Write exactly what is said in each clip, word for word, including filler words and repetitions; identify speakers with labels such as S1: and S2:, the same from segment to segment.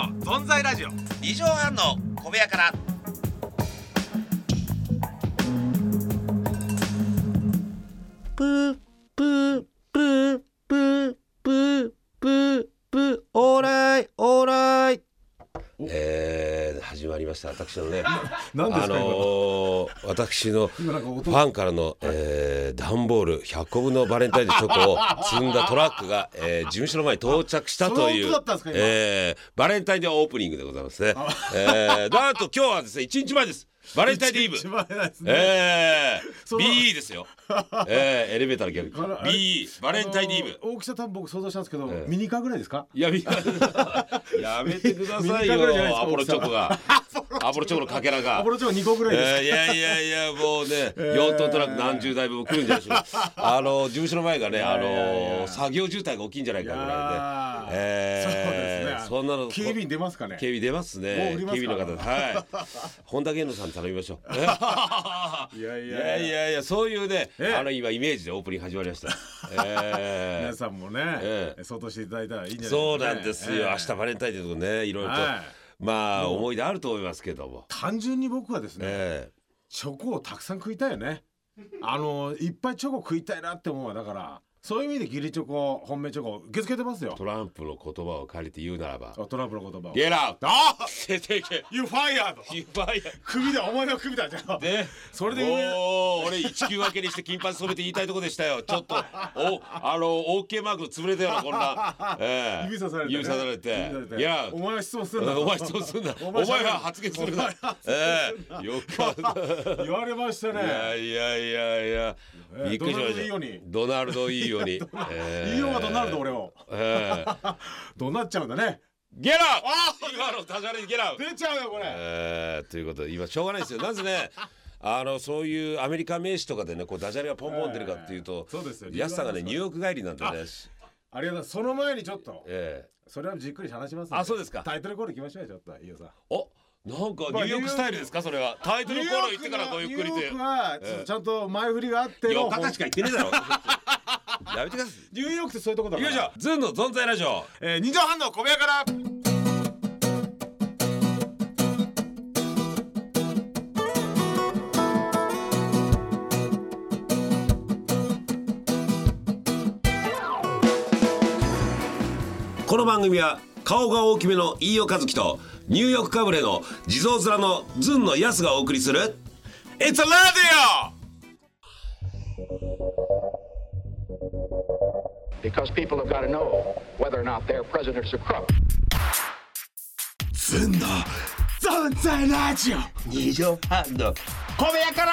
S1: の存在ラジオ
S2: 二畳半の小部屋から。
S3: プープープープープープープーオーライオーライ。えー、始まりました。私のね
S1: 何ですか、
S3: あのー、私のファンからの、えー、段ボールひゃっこぶんのバレンタインデーチョコを積んだトラックが、えー、事務所の前に到着したという、えー、バレンタインデーオープニングでございますね。えー、なんと今日はですねいちにちまえです。バレンタインデーイブ、ねえー、ビーイー ですよ、えー、エレベーターの逆 ビーイー バレンタインデーイブ。
S1: 大きさ多分僕想像したんですけど、
S3: えー、
S1: ミニカーぐらいですか。
S3: いやミニカーやめてくださいよアポロチョコがアポロチョコのかけらが
S1: アポロチョコにこぐらいですか、
S3: えー、いやいやいやもうね、えー、よんトントラック何十台分も来るんじゃないでしょうか。あの事務所の前がね、あの作業渋滞が大きいんじゃないかぐらいで、えー、そうですね。そんなの
S1: 警備員出ますかね。
S3: 警備出ますね。警備の方、はい本田源野さんに頼みましょう。いやいやいやいやそういうね、あの今イメージでオープニング始まりました。えー、
S1: 皆さんもね、えー、相当していただいたらいいんじゃないですか、ね。そう
S3: なんですよ、えー、明日バレンタインデーとかねいろいろと、はい、まあ思い出あると思いますけども、
S1: 単純に僕はですね、えー、チョコをたくさん食いたいよね。あのいっぱいチョコ食いたいなって思うわ。だからそういう意味で義理チョコ本命チョコ受け付けてますよ。
S3: トランプの言葉を借りて言うならば、
S1: トランプの言葉を
S3: Get out。
S1: ああ
S3: 出ていけ
S1: You fired
S3: You fired
S1: 首だ、お前の首だ。じゃあ
S3: でそれでもう俺いちきゅう分けにして金髪染めて言いたいとこでしたよ。ちょっとおあの OK マーク潰れたようなこんな、えー、
S1: 指さされて、ね、
S3: 指さされていや
S1: お前は質問するな
S3: お前質問するなお前は発言するな、えー、よく
S1: 言われましたね。
S3: いやいやいやいや、えー、びっくりしました。ドナルドいいように
S1: いいようがドナルド俺を、えー、どうなっちゃうんだね。
S3: ゲラウ今のダジャレにゲラウ
S1: 出ちゃうよこれ、
S3: えー、ということで今しょうがないですよ。なぜねあのそういうアメリカ名詞とかでねこうダジャレがポンポン出るかっていうと、えー、そうですよ。ヤスさんがねニューヨーク帰りなんでね。あ,
S1: ありがとう。その前にちょっと、えー、それはじっくり話します。
S3: あ、そうですか。
S1: タイトルコールいきましょうよちょっと。いいよさん。
S3: おなんかニューヨークスタイルですか、それは。タイトルコール言ってからごゆっくりで。
S1: ニューヨークはちゃんと前振りがあっての
S3: よっかかしか言ってねえだろやめてください。
S1: ニューヨークってそういうとこだから。
S3: よいしょ。ズンの存在ラジオ、
S1: えー、に畳半の小部屋から。
S3: この番組は顔が大きめの飯尾和樹とニューヨークかぶれの地蔵面のズンのヤスがお送りする It's a Radio!Because
S4: people have got to know whether or not their presidents are corrupt.
S1: ズンの存在ラジオ
S3: 二畳半の
S1: 小部屋から。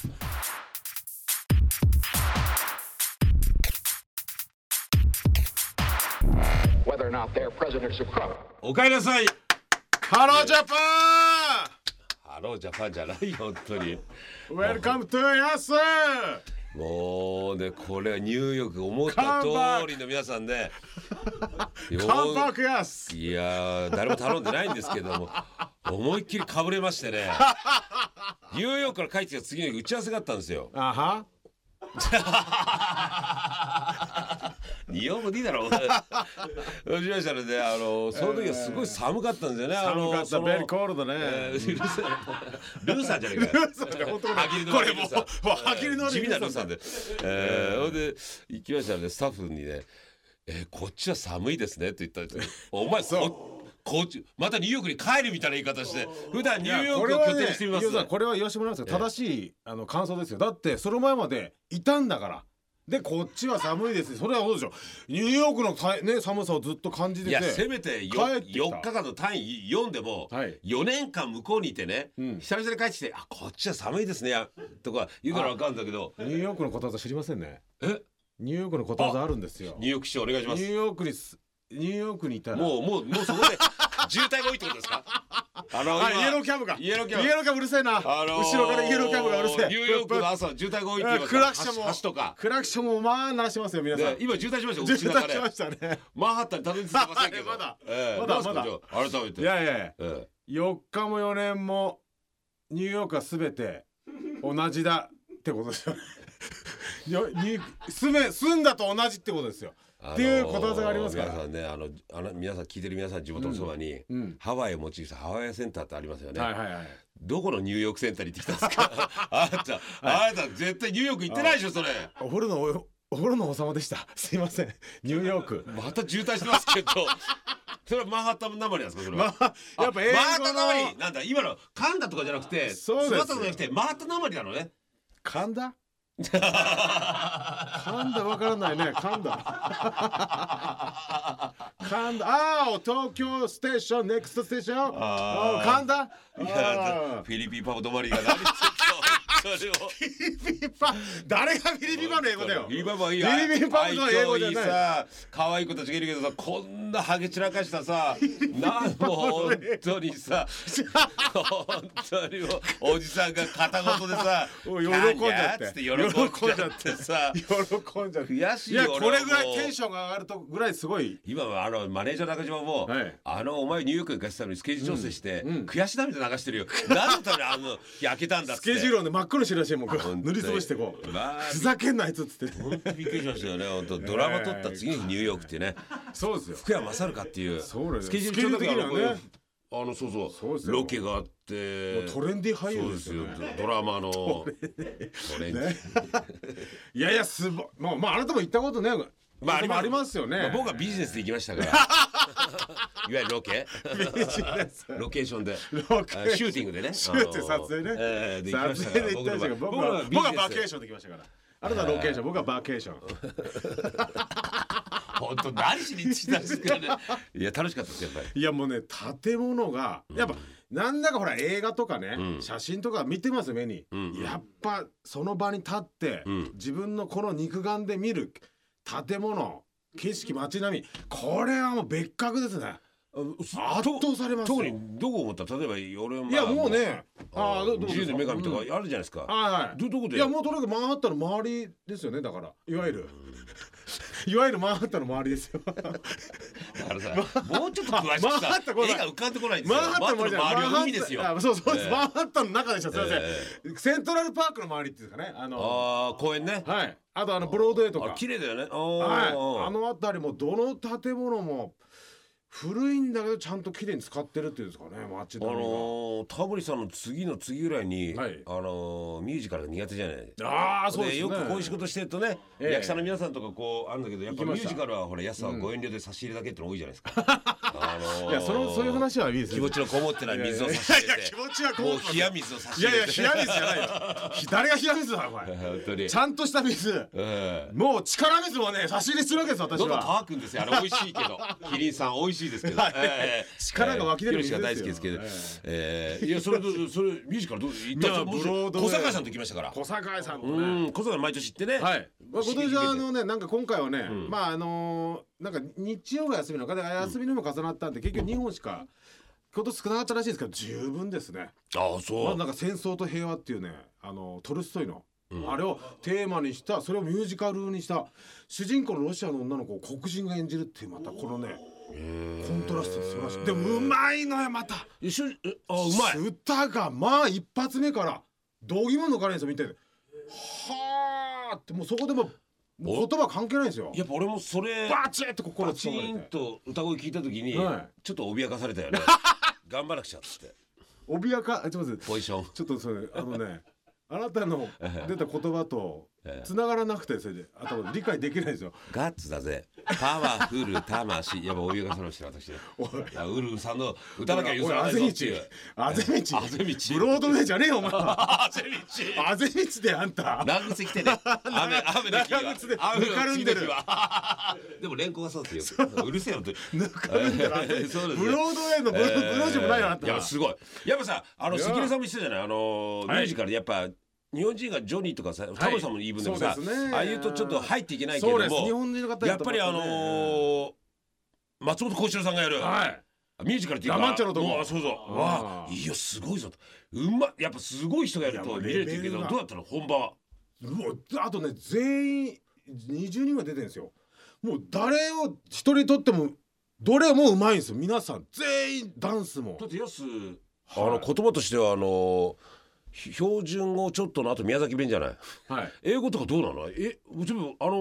S4: Whether or not their presidents are corrupt.
S3: おかえりなさい。
S1: ハロージャパン。
S3: ハロージャパンじゃない本当に。
S1: Welcome to ヤス。
S3: もうねこれはニューヨーク思った通りの皆さんね
S1: カンバックヤス。
S3: いや誰も頼んでないんですけども思いっきりかぶれましてねニューヨークから帰ってきた次の日打ち合わせがあったんですよ。
S1: あは
S3: 日本語でいいだろうそうしましたので、あのその時はすごい寒かったんですよね。
S1: 寒かった。ベリーコールドね。
S3: ルーサーじゃないか。
S1: ルーサーじゃ本当にこれもう歯切りの
S3: 地味なルーサーで、えー、ほんで行きましたのでスタッフにね、えー、こっちは寒いですねって言ったんですよ。お前ここっちまたニューヨークに帰るみたいな言い方して普段ニューヨークを拠点にしてみますね。
S1: これは言わせてもらいますけど正しいあの感想ですよ。だってその前までいたんだから。でこっちは寒いです。それはそうでしょ。ニューヨークの、ね、寒さをずっと感じてて、
S3: いやせめて よ, よっかかんの単位読んでも、はい、よねんかん向こうにいてね、うん、久々に帰ってきてあこっちは寒いですねとか言うから分かるんだけど、
S1: ニューヨークのことわざ知りませんね。
S3: え
S1: ニューヨークのことわざあるんですよ。
S3: ニューヨーク市長お願いします。
S1: ニューヨークにニューヨークにいたら
S3: もうもうもうそこで渋滞が多いってことですか。
S1: あのイエローキャブが
S3: イエローキャブ
S1: イエローキャブうるせえな、あのー、後ろからイエローキャブがうるせえ。
S3: ニューヨークの朝渋滞が多いって言いますから。クラクションも
S1: 橋とかクラクションもまあ鳴らしてますよ皆さん。
S3: 今渋滞しました。
S1: 渋滞しましたね。
S3: マンハッタンにたどり着いてませんけど
S1: まだ、えー、まだまだ
S3: 改めて
S1: いやいやいや、えー、よっかもよねんもニューヨークはすべて同じだってことですよ。よに住め住んだと同じってことですよ。 っていうことわざがありますから、
S3: 皆さんね、あのあの皆さん聞いてる皆さん地元のそばに、
S1: うんうん、
S3: ハワイをモチーフしたハワイセンターってありますよね、
S1: はいはいはい、
S3: どこのニューヨークセンターに行ってきたんですかあなた、はい、あなた絶対ニューヨーク行ってないでしょそれ。
S1: お風呂のおお風呂の王様でした。すいません、ニューヨーク
S3: また渋滞してますけどそれはマンハッタンなまりなんですかそれは、ま
S1: あ、やっぱ英語の
S3: マンハッタンなまりなんだ、今の噛んだとかじゃなくて、
S1: そうです、
S3: とかじゃなくてマンハッタンなまりなのね。
S1: 噛んだ噛んだわからないね、噛んだ噛んだ、ああ東京ステーション、ネクストステーション、あ噛んだ、
S3: いやフィリピンパブ止まりが何それをフ
S1: ィリピンパブ、誰がフィリピンパブの英語だよ。
S3: フィリピンパブはいい
S1: フィリピンパブの英語じゃない。
S3: 愛嬌いいさ可愛い子たちがいるけどさ、こんなハゲ散らかしたさ、なんも本当にさ本当にもうおじさんが片言でさ
S1: 喜んじゃって
S3: 喜んじゃってさ
S1: 喜んじゃって
S3: 悔しいよ。
S1: いやこれぐらいテンションが上がるとぐらいすごい。
S3: 今はあのマネージャー中島も、はい、あのお前ニューヨークに行かせたのにスケジュール調整して、うんうん、悔し涙流してるよ。何のためにあの焼けたんだって。
S1: スケジュールをね真っ黒にしてるらしいもん。塗りつぶしてこう、まあ、ふざけんなあいつっつって
S3: 本当びっくりしましたよね。本当ドラマ撮った次の日ニューヨークってね
S1: そうですよ、
S3: 福山雅治かっていうスケジュール
S1: 調的にはね、
S3: あのそうそうそうロケがあって
S1: トレンディ俳優ですよね。
S3: そうですよドラマのトレンディ、ね、
S1: いやいやすごい、まあ、まああなたも行ったことね、まあ、ありますよね、まあ、
S3: 僕はビジネスで行きましたからいわゆるロケ
S1: ビジネス
S3: ロケーションで
S1: ロケ
S3: シューティングでね
S1: シューティング撮影ね、
S3: えー、で行きましたから僕は
S1: 僕は僕はバケーションで行きましたから、あなたはロケーション、僕はバケーション
S3: 本当何しに行ってきたんですかねいや楽しかったですやっぱり。
S1: いやもうね建物がやっぱ、うん、なんだかほら映画とかね、うん、写真とか見てます目に、うん、やっぱその場に立って、うん、自分のこの肉眼で見る建物、景色、街並み、これはもう別格ですね。圧倒されますよ。
S3: 特にどこ思った？例えば俺も
S1: いやもうね、
S3: ああ自由の女神とかあるじゃないですか。
S1: はい。
S3: どどこで？
S1: いやもうとにかくマンハッタンの周りですよね。だからいわゆるいわゆるマンハッタンの周りですよ。だ
S3: からさ、もうちょっと詳しくさ、絵が浮かんでこないんですよ。
S1: マンハッタンの周りは海ですよ。そうそうです。マンハッタンの中でした。すみません。セントラルパークの周りっていうかね、あの
S3: あ公園ね。
S1: はい。あとあのブロードウェイとか。
S3: 綺麗だよね。はい。
S1: あの辺りもどの建物も古いんだけどちゃんと綺麗に使ってるっていうんですかね、街並みが。あの
S3: ー、タモリさんの次の次ぐらいに、はい、あのー、ミュージカルが苦手じゃない。
S1: ああそうですね。
S3: よくこういう仕事してるとね、えー、役者の皆さんとかこうあるんだけど、やっぱミュージカルはほら安さはご遠慮で差し入れだけっての多いじゃないですか。あのー、
S1: いやそのそういう話はいいですね。
S3: 気持ちのこもってない水を差し入れて。いやいや
S1: 気持ちはこもって
S3: もう冷や水を差し入れて。
S1: いやいや冷や水じゃないよ。誰が冷や水だお前。本当に。ちゃんとした水。えー、もう力水もね差し入れするわけです私は。
S3: どんどん乾くんですよ。あれ美味しいけど、キリンさん美味しいですけど。
S1: 力が湧き出る水ですよ。
S3: 大好きですけど、えー、いやそれとそれミュージカルどう行ったんですか。小堺さんと行きましたから。
S1: 小堺さんとね。
S3: 小堺毎年行ってね。はい。
S1: 今年はあのねなんか今回はね、まああのなんか日曜が休みのかで休みにも重なったんで結局にほんしか今年少なかったらしいですけど十分ですね。
S3: ああそう。
S1: まあなんか戦争と平和っていうねあのトルストイの。うん、あれをテーマにしたそれをミュージカルにした主人公のロシアの女の子を黒人が演じるっていうまたこのねコントラスト素晴らしい。でもうまいのよまた。
S3: 一緒にあうまい。
S1: 歌がまあ一発目からどぎも抜かれるんですよ見て。はーってもうそこでももう言葉関係ないんですよ。
S3: やっぱ俺もそれ
S1: バチッと心
S3: チーンと歌声聞いた時に、はい、ちょっと脅かされたよね。頑張らなくちゃっつって。
S1: 脅かちょっと
S3: ポジション
S1: ちょっとそれあのね。あなたの出た言葉と繋がらなくてそれで頭理解できないですよ。
S3: ガッツだぜパワフル魂やっぱお湯がさらして私ねウルフさんの歌だけは譲らないぞっていう
S1: あぜ道
S3: あぜ道
S1: ブロードウェイじゃねえよお前
S3: あぜ道
S1: あぜ道であんた
S3: 長靴着てね雨雨の日は
S1: 長靴でぬかるんでる
S3: でも連行がそうですようるせえよって
S1: ぬかるんでるブロードウェイのブロージもないよあんた。
S3: いやすごいやっぱさあの関根さんも言ってたじゃないあのミュージカルでやっぱ日本人がジョニーとかさタモさんも言い分でもさ、ね、ああいうとちょっと入っていけないけれども
S1: 日本人の方
S3: やっぱりあのー、松本幸四郎さんがやる、はい、ミュージカルっていうか
S1: ラマンチャのとこ
S3: そうそうわあいいよすごいぞうまやっぱすごい人がやると見れるけどどうだったの本場は。
S1: もうあとね全員にじゅうにんが出てるんですよ。もう誰を一人とってもどれもうまいんですよ皆さん全員ダンスも。
S3: だってやすあの言葉としてはあのー標準語ちょっとのあと宮崎弁じゃない、はい、英語とかどうなの。え全部あの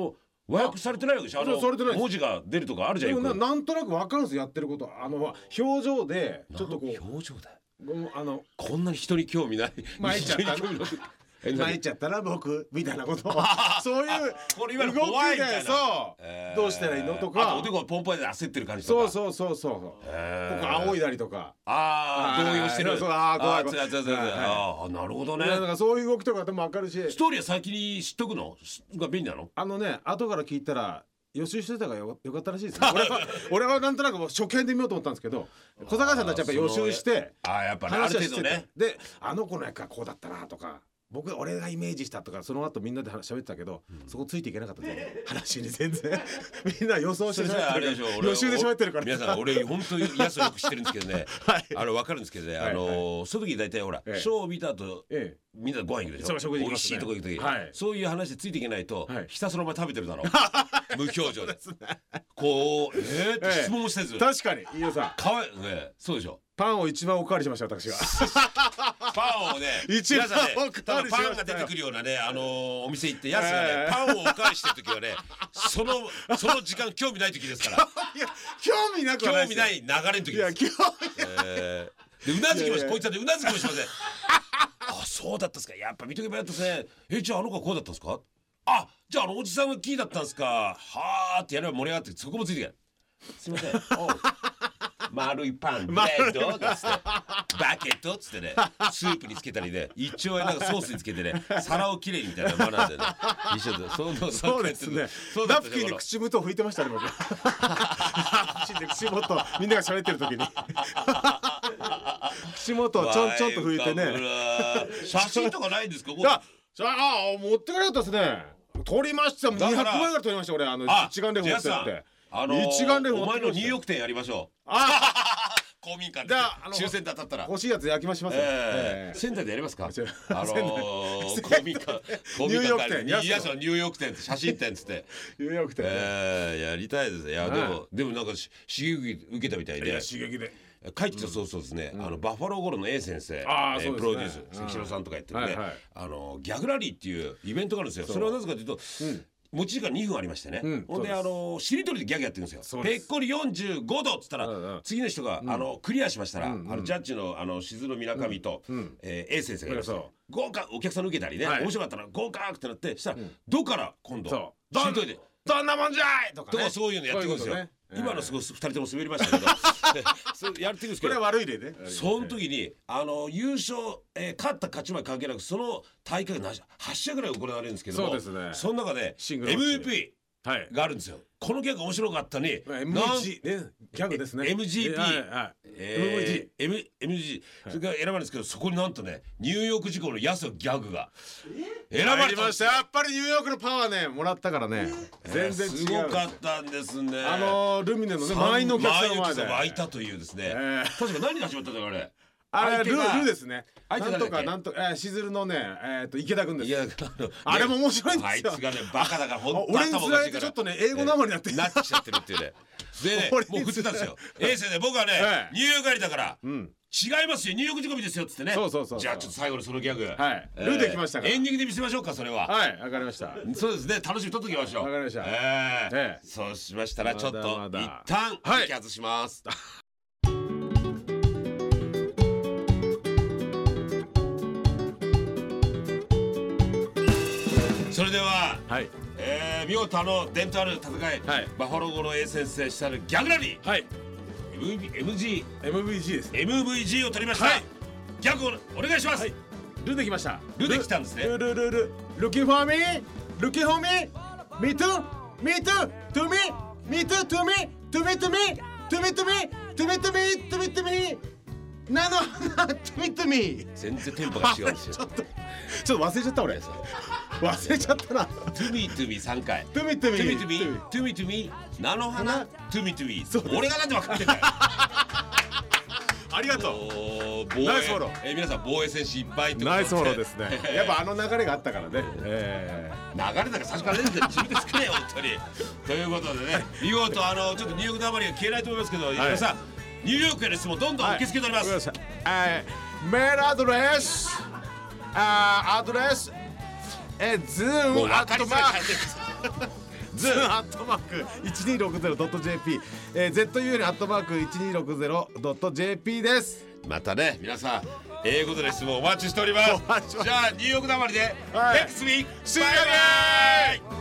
S3: 和訳されてないわけでしょ。あの文字が出るとかあるじゃん。
S1: でも な, なんとなく分かるんですよ、やってること。あの表情でちょっとこう
S3: 表情だ
S1: あの
S3: こんなに人に興味ない
S1: 参っちゃった参っちゃったら僕みたいなことをそういう
S3: これ今の怖いみたいな、
S1: そう、えー、どうしたらいいのとか、
S3: あとおでこポンポンで焦ってる感じとか、
S1: そうそうそうそう、えー、ここ仰いだりとか、
S3: ああ動揺してる、
S1: そうああ怖い
S3: 怖い、ああなるほどね。
S1: なんかそういう動きとかでも分かるし、
S3: ストーリーは先に知っとくのが便利なの。
S1: あのね後から聞いたら予習してたからよかったらしいですね。俺は俺はなんとなく初見で見ようと思ったんですけど、小坂さんたちやっぱり予習して
S3: あやっぱ、ね、ある程度ね
S1: であの子の役はこうだったなとか僕俺がイメージしたとかその後みんなで喋ってたけど、うん、そこついていけなかったね話に全然みんな予想して喋ってるから予習で喋ってるから
S3: 皆さん俺本当にやつよく知ってるんですけどね、はい、あの分かるんですけどね、はい、あのーはい、その時大体ほら、ええ、ショーを見た後、ええ、みんなでご飯行くでしょ、美味しいとこ行く時、はい、そういう話でついていけないと、はい、ひたすらお前食べてるだろ無表情でです、ね、こうえーって質問せず、
S1: ええ、確かに飯尾さん
S3: かわいい、ね、そうでしょ。
S1: パンを一番おかわりしました私が
S3: パンをね
S1: 一番おかわりしましたよ。
S3: パンが出てくるようなね、あのー、お店行ってやつがね、えー、パンをおかわりしてる時はねそのその時間興味ない時ですから
S1: いや興味なくはない
S3: 興味ない流れの時です。いや興味ない、えー、でうなずきもしこいつだってうなずきもしませんあそうだったんですか、やっぱ見とけばやったですね。えじゃああの子はこうだったんですか、あじゃああのおじさんがキーだったんですか、はーってやれば盛り上がってそこもついてけすいませんお丸いパンレッドっつってバケットっつってねスープにつけたりね一丁なんかソースにつけてね皿をきれいみたいなマナーでね一緒でそう
S1: そうですね。ナプキンで口元を拭いてましたね僕ナプキンで口元みんなが喋ってる時に口元をちょんちょんと拭いてね
S3: 写真とかないんですか。
S1: ああ持ってかなかったですね。撮りましたにひゃくまいぐらい撮りました俺あの一眼レフ持ってって
S3: あのー、
S1: 一眼レフ
S3: お前のニューヨーク店やりましょう。公民館で抽選で当たったら
S1: 欲しいやつ焼きましますよ、
S3: えーえー、仙台でやりますかあのー、公民館公民館からニューヨーク店写真展つって
S1: ニューヨーク店、
S3: えー、やりたいですね。いやでもでもなんか刺激受けたみたいで、いや
S1: 刺激で
S3: 帰ってきたそうそうですね、うん、あのバッファローゴロの A 先生、えー、プロデュース関城さんとかやってるね、はいはい、あのギャグラリーっていうイベントがあるんですよ。 そ, それはなぜかというと、うん持ち時間にふんありましてね、うん、ほんであのしりとりでギャグやってるんですよ。ぺっこりよんじゅうごどっつったら、うんうん、次の人が、うん、あのクリアしましたら、うんうん、あのジャッジのあの静野みなかみと、うんうんえー、A 先生がいます、ね、合格お客さん受けたりね、はい、面白かったら合格ってなってしたら、うん、どから今度しりとりで
S1: どんなもんじゃいとか、ね、
S3: とかそういうのやってくるんですよ。ううね今のすごいふたりとも滑りましたけどそれやってるんですけど
S1: これは悪い例ね。
S3: その時にあの優勝、えー、勝った勝ち負け関係なくその大会がはち試合ぐらい行われるんですけども、
S1: そうですね、
S3: その中で エムブイピーがあるんですよ。このギャグ面白かったね。
S1: エムブイジー ねギャグですね。
S3: エムジーピー、エムブイジー、それから選ばれるんですけど、そこになんとねニューヨーク事故のやすギャグが選ばれました。
S1: やっぱりニューヨークのパワーねもらったからね。全然違う。
S3: すごかったんですね。
S1: あのルミネのね満員のお客さんの前で
S3: 湧いたというですね。確か何が始まったんだあれ。
S1: あれルールですね。なんとかなんとかしずるのねえっと池田君です。いやあれも面白いんですよ。
S3: あいつがねバカだから本当
S1: 俺につられてちょっとね英語なまりになって
S3: なってきちゃってるっていうね。でねもう振ってたんですよ。衛星で僕はねニューヨーク帰りだから違いますよニューヨーク仕込みですよっつってね。
S1: そうそうそう。
S3: じゃあちょっと最後にそのギャグ
S1: はいルーできましたから
S3: エンディングで見せましょうかそれは。
S1: はいわかりました。
S3: そうですね楽しみ撮っときましょう。
S1: わかりました。
S3: ええそうしましたらちょっと一旦席外します。それでは、はいえー、見事の伝統ある戦い、はい、バファローゴロ A 先生したるギャグラリー、はい、エムブイジー
S1: エムブイジー です。
S3: エムブイジー を取りました、はい、ギャグをお願いします、はい、
S1: ルできました。
S3: ルできたんですね。
S1: ルルルル Looking for me Looking for me Me too Me too To me Me too To me To me To me To me To me To me To me To me To meなの To me To me
S3: 全然テンポが違うんですよ。
S1: ちょっとちょっと忘れちゃった俺忘れちゃったな。
S3: To me to me さんかい
S1: To me to me
S3: To me to me To me to me 菜の花 To me to me 俺がなんで分かってんだよ
S1: ありがとう。ナイスフォロー。
S3: え皆さん防衛戦士いっぱいってことで
S1: ナイスフォローですね。やっぱあの流れがあったからね。
S3: えー、流れだから最初から自分で作れよ本当にということでね見事あのちょっとニューヨークのあまりが消えないと思いますけど皆さんニューヨークへの質問どんどん受け付けております。
S1: メールアドレスアドレスえズームアットマークズンアットマーク いちにーろくゼロドットジェーピー、えー、ゼットユーエヌ アットマーク いちにーろくゼロドットジェーピー です。
S3: またね皆さん英語での質問お待ちしております。じゃあニューヨークだまりで、はい、ネクストウィークバイバイ。